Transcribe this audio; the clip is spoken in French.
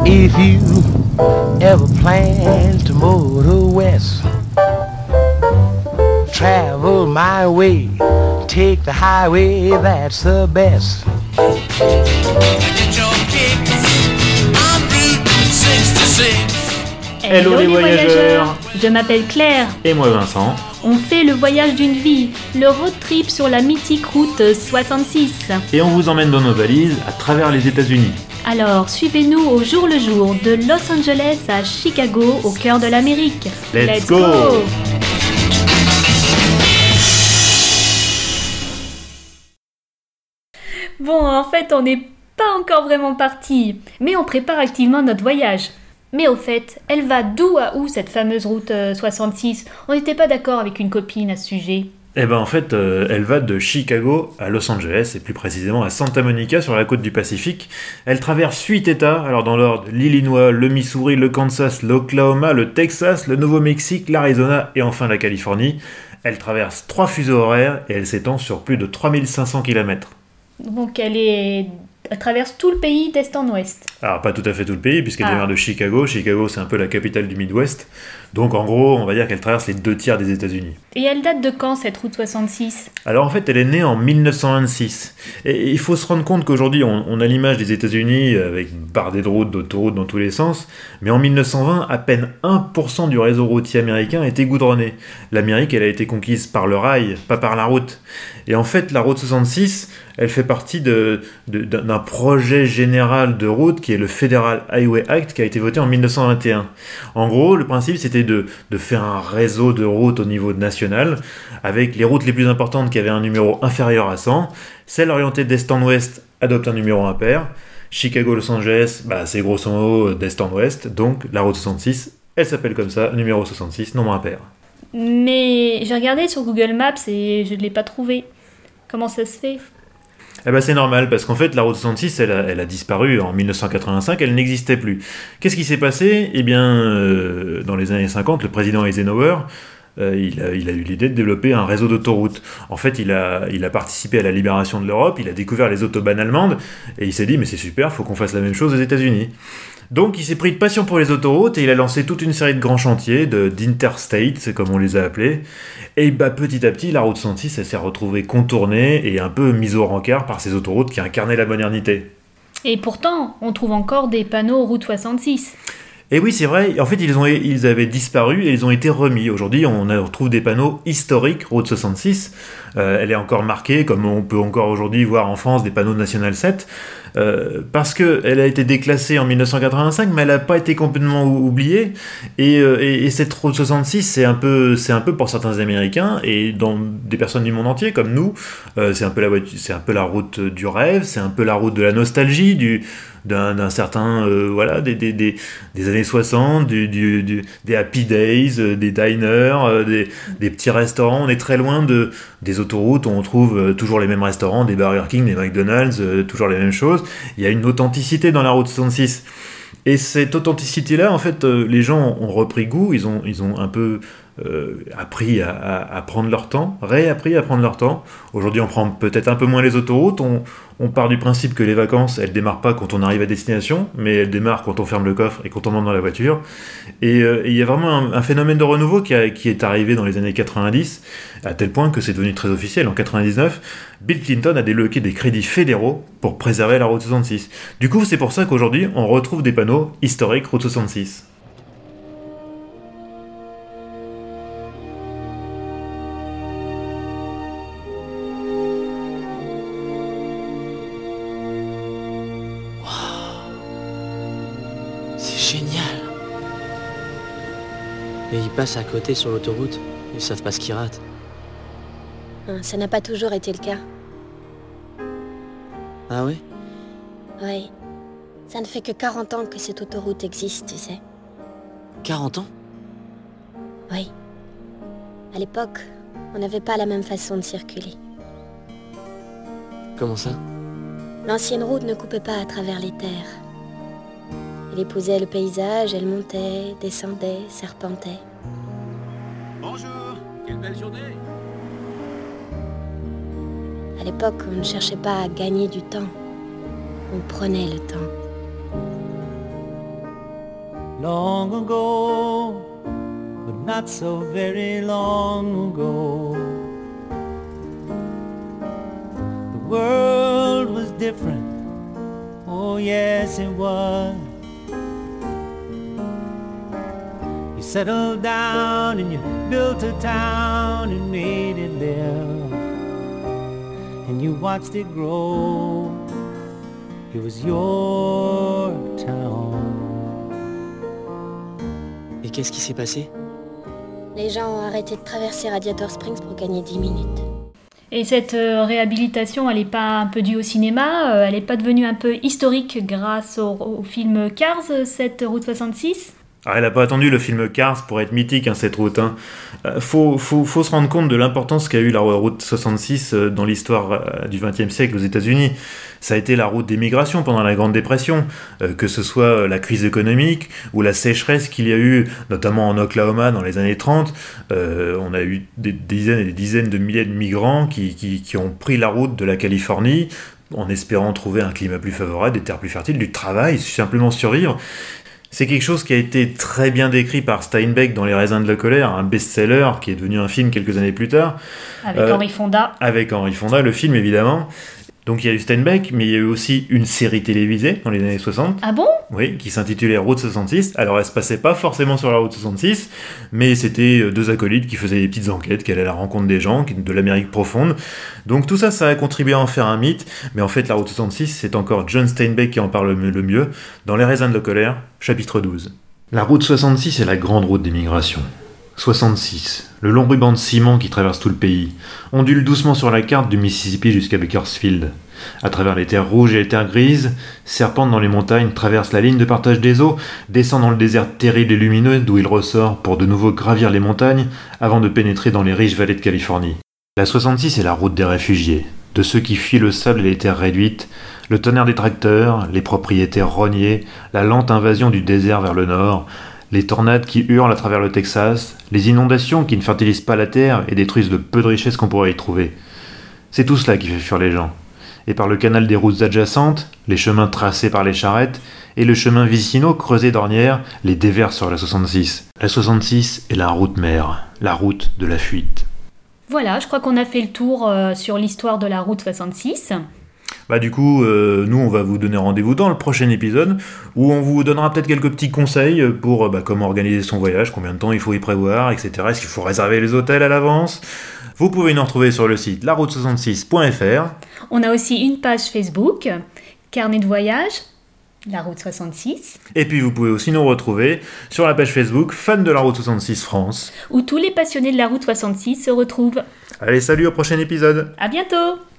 If you ever plan to motor west, travel my way, take the highway, that's the best. Hello les voyageurs. Je m'appelle Claire. Et moi Vincent. On fait le voyage d'une vie, le road trip sur la mythique route 66. Et on vous emmène dans nos valises à travers les États-Unis. Alors, suivez-nous au jour le jour, de Los Angeles à Chicago, au cœur de l'Amérique. Let's go. Bon, en fait, on n'est pas encore vraiment parti, mais on prépare activement notre voyage. Mais au fait, elle va d'où à où cette fameuse route 66 ? On n'était pas d'accord avec une copine à ce sujet. Eh ben en fait, elle va de Chicago à Los Angeles, et plus précisément à Santa Monica sur la côte du Pacifique. Elle traverse 8 États, alors dans l'ordre l'Illinois, le Missouri, le Kansas, l'Oklahoma, le Texas, le Nouveau-Mexique, l'Arizona et enfin la Californie. Elle traverse 3 fuseaux horaires et elle s'étend sur plus de 3500 km. Donc elle traverse tout le pays d'est en ouest. Alors pas tout à fait tout le pays, puisqu'elle démarre de Chicago. Chicago, c'est un peu la capitale du Midwest. Donc en gros, on va dire qu'elle traverse les 2/3 des États-Unis. Et elle date de quand cette route 66 ? Alors en fait, elle est née en 1926. Et il faut se rendre compte qu'aujourd'hui, on a l'image des États-Unis avec bardées de routes, d'autoroutes dans tous les sens. Mais en 1920, à peine 1% du réseau routier américain était goudronné. L'Amérique, elle a été conquise par le rail, pas par la route. Et en fait, la route 66, elle fait partie d'un projet général de route qui est le Federal Highway Act qui a été voté en 1921. En gros, le principe, c'était de faire un réseau de routes au niveau national avec les routes les plus importantes qui avaient un numéro inférieur à 100. Celles orientées d'est en ouest adoptent un numéro impair. Chicago-Los Angeles, c'est grosso modo d'est en ouest. Donc la route 66, elle s'appelle comme ça, numéro 66, nombre impair. Mais j'ai regardé sur Google Maps et je ne l'ai pas trouvé. Comment ça se fait ? C'est normal, parce qu'en fait, la route 66, elle a disparu en 1985, elle n'existait plus. Qu'est-ce qui s'est passé ? Dans les années 50, le président Eisenhower, il a eu l'idée de développer un réseau d'autoroutes. En fait, il a participé à la libération de l'Europe, il a découvert les autobahns allemandes, et il s'est dit, mais c'est super, faut qu'on fasse la même chose aux États-Unis. Donc il s'est pris de passion pour les autoroutes et il a lancé toute une série de grands chantiers, d'interstates, c'est comme on les a appelés. Et petit à petit, la route 66, elle s'est retrouvée contournée et un peu mise au rencard par ces autoroutes qui incarnaient la modernité. Et pourtant, on trouve encore des panneaux route 66. Et oui, c'est vrai, en fait, ils avaient disparu et ils ont été remis. Aujourd'hui, on retrouve des panneaux historiques, route 66. Elle est encore marquée, comme on peut encore aujourd'hui voir en France des panneaux de National 7, parce qu'elle a été déclassée en 1985, mais elle n'a pas été complètement oubliée. Et cette route 66, c'est un peu pour certains Américains, et dans des personnes du monde entier, comme nous, c'est un peu la route du rêve, c'est un peu la route de la nostalgie, d'un certain des années 60, des happy days, des diners, des petits restaurants. On est très loin des autoroutes où on trouve toujours les mêmes restaurants, des Burger King, des McDonald's, toujours les mêmes choses. Il y a une authenticité dans la route 66. Et cette authenticité-là, en fait, les gens ont repris goût, ils ont un peu appris à prendre leur temps, réappris à prendre leur temps. Aujourd'hui, on prend peut-être un peu moins les autoroutes, on part du principe que les vacances, elles démarrent pas quand on arrive à destination, mais elles démarrent quand on ferme le coffre et quand on monte dans la voiture. Et il y a vraiment un phénomène de renouveau qui est arrivé dans les années 90, à tel point que c'est devenu très officiel. En 99, Bill Clinton a débloqué des crédits fédéraux pour préserver la route 66. Du coup, c'est pour ça qu'aujourd'hui, on retrouve des panneaux historiques route 66. Génial. Et ils passent à côté sur l'autoroute, ils savent pas ce qu'ils ratent. Ça n'a pas toujours été le cas. Ah ouais ? Oui. Ça ne fait que 40 ans que cette autoroute existe, tu sais. 40 ans ? Oui. À l'époque, on n'avait pas la même façon de circuler. Comment ça ? L'ancienne route ne coupait pas à travers les terres. Elle épousait le paysage, elle montait, descendait, serpentait. Bonjour, quelle belle journée. À l'époque, on ne cherchait pas à gagner du temps. On prenait le temps. long ago, but not so very long ago. The world was different, oh yes it was. You settled down and you built a town and made it live, and you watched it grow. It was your town. Et qu'est-ce qui s'est passé? Les gens ont arrêté de traverser Radiator Springs pour gagner 10 minutes. Et cette réhabilitation, elle n'est pas un peu due au cinéma? Elle n'est pas devenue un peu historique grâce au film Cars, cette route 66? Ah, elle n'a pas attendu le film Cars pour être mythique, hein, cette route. Faut se rendre compte de l'importance qu'a eu la route 66 dans l'histoire du XXe siècle aux États-Unis. Ça a été la route des migrations pendant la Grande Dépression, que ce soit la crise économique ou la sécheresse qu'il y a eu, notamment en Oklahoma dans les années 30. On a eu des dizaines et des dizaines de milliers de migrants qui ont pris la route de la Californie en espérant trouver un climat plus favorable, des terres plus fertiles, du travail, simplement survivre. C'est quelque chose qui a été très bien décrit par Steinbeck dans Les raisins de la colère, un best-seller qui est devenu un film quelques années plus tard. Avec Henry Fonda. Avec Henry Fonda, le film évidemment. Donc il y a eu Steinbeck, mais il y a eu aussi une série télévisée dans les années 60. Ah bon? Oui, qui s'intitulait Route 66. Alors elle se passait pas forcément sur la route 66, mais c'était deux acolytes qui faisaient des petites enquêtes, qui allaient à la rencontre des gens, de l'Amérique profonde. Donc tout ça, ça a contribué à en faire un mythe, mais en fait la route 66, c'est encore John Steinbeck qui en parle le mieux, dans Les raisins de la colère, chapitre 12. La route 66 est la grande route des migrations. 66, le long ruban de ciment qui traverse tout le pays, ondule doucement sur la carte du Mississippi jusqu'à Bakersfield. À travers les terres rouges et les terres grises, serpente dans les montagnes, traverse la ligne de partage des eaux, descend dans le désert terrible et lumineux d'où il ressort pour de nouveau gravir les montagnes avant de pénétrer dans les riches vallées de Californie. La 66 est la route des réfugiés, de ceux qui fuient le sable et les terres réduites, le tonnerre des tracteurs, les propriétaires rognés, la lente invasion du désert vers le nord, les tornades qui hurlent à travers le Texas, les inondations qui ne fertilisent pas la terre et détruisent le peu de richesses qu'on pourrait y trouver. C'est tout cela qui fait fuir les gens. Et par le canal des routes adjacentes, les chemins tracés par les charrettes et le chemin vicinaux creusé d'ornières les déversent sur la 66. La 66 est la route mère, la route de la fuite. Voilà, je crois qu'on a fait le tour sur l'histoire de la route 66. Du coup, nous, on va vous donner rendez-vous dans le prochain épisode, où on vous donnera peut-être quelques petits conseils pour comment organiser son voyage, combien de temps il faut y prévoir, etc. Est-ce qu'il faut réserver les hôtels à l'avance? Vous pouvez nous retrouver sur le site laroute66.fr. On a aussi une page Facebook, Carnet de voyage, la route 66. Et puis vous pouvez aussi nous retrouver sur la page Facebook Fans de la route 66 France, où tous les passionnés de la route 66 se retrouvent. Allez, salut, au prochain épisode. À bientôt!